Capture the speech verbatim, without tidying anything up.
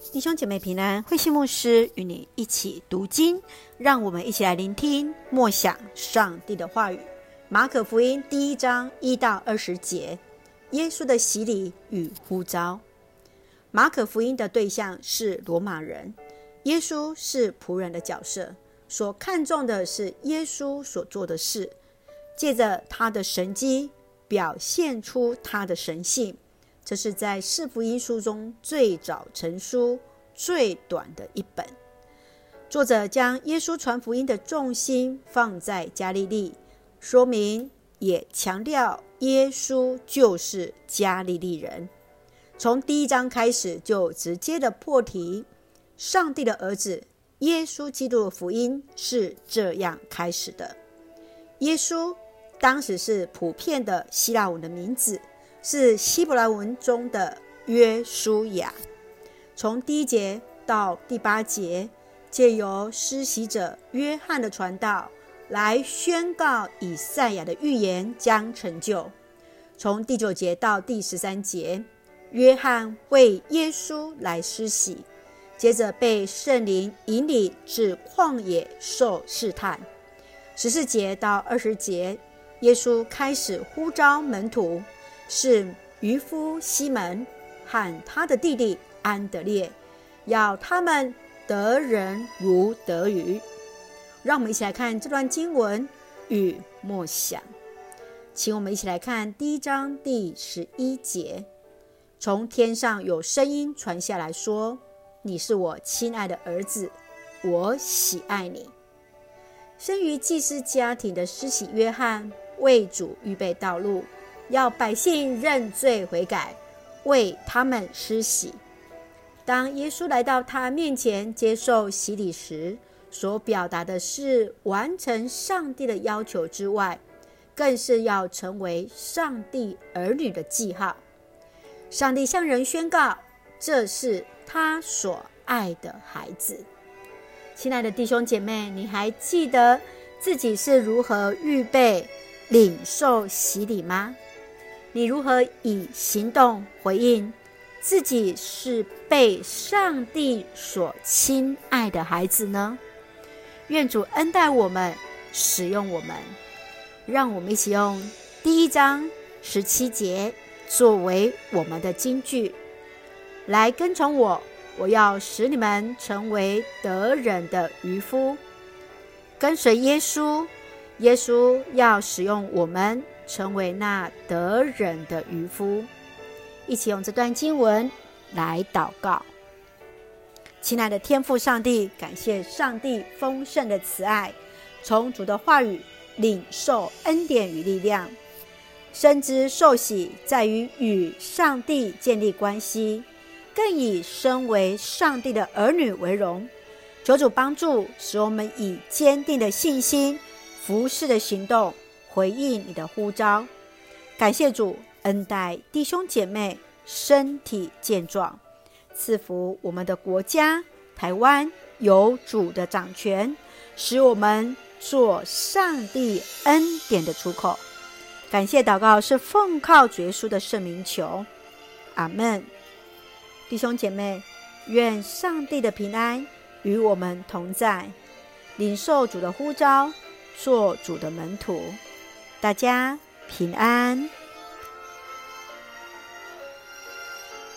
弟兄姐妹平安，慧馨牧师与你一起读经，让我们一起来聆听默想上帝的话语。马可福音第一章一到二十节，耶稣的洗礼与呼召。马可福音的对象是罗马人，耶稣是仆人的角色，所看重的是耶稣所做的事，借着他的神迹表现出他的神性。这是在四福音书中最早成书、最短的一本。作者将耶稣传福音的重心放在加利利，说明也强调耶稣就是加利利人。从第一章开始就直接的破题，上帝的儿子耶稣基督的福音是这样开始的。耶稣当时是普遍的希腊文的名字，是希伯来文中的约书亚。从第一节到第八节，借由施洗者约翰的传道来宣告以赛亚的预言将成就。从第九节到第十三节，约翰为耶稣来施洗，接着被圣灵引领至旷野受试探。十四节到二十节，耶稣开始呼召门徒，是渔夫西门和他的弟弟安德烈，要他们得人如得鱼。让我们一起来看这段经文与默想。请我们一起来看第一章第十一节。从天上有声音传下来说，你是我亲爱的儿子，我喜爱你。生于祭司家庭的施洗约翰为主预备道路，要百姓认罪悔改，为他们施洗。当耶稣来到他面前接受洗礼时，所表达的是完成上帝的要求之外，更是要成为上帝儿女的记号。上帝向人宣告，这是他所爱的孩子。亲爱的弟兄姐妹，你还记得自己是如何预备领受洗礼吗？你如何以行动回应自己是被上帝所亲爱的孩子呢？愿主恩待我们，使用我们。让我们一起用第一章十七节作为我们的金句，来跟从我，我要使你们成为得人的渔夫。跟随耶稣，耶稣要使用我们成为那得人的渔夫。一起用这段经文来祷告。亲爱的天父上帝，感谢上帝丰盛的慈爱，从主的话语领受恩典与力量，深知受洗在于与上帝建立关系，更以身为上帝的儿女为荣。求主帮助，使我们以坚定的信心、服侍的行动回应你的呼召。感谢主恩待弟兄姐妹身体健壮，赐福我们的国家台湾有主的掌权，使我们做上帝恩典的出口。感谢祷告是奉靠主耶稣的圣名求，阿们。弟兄姐妹，愿上帝的平安与我们同在，领受主的呼召，做主的门徒。大家平安。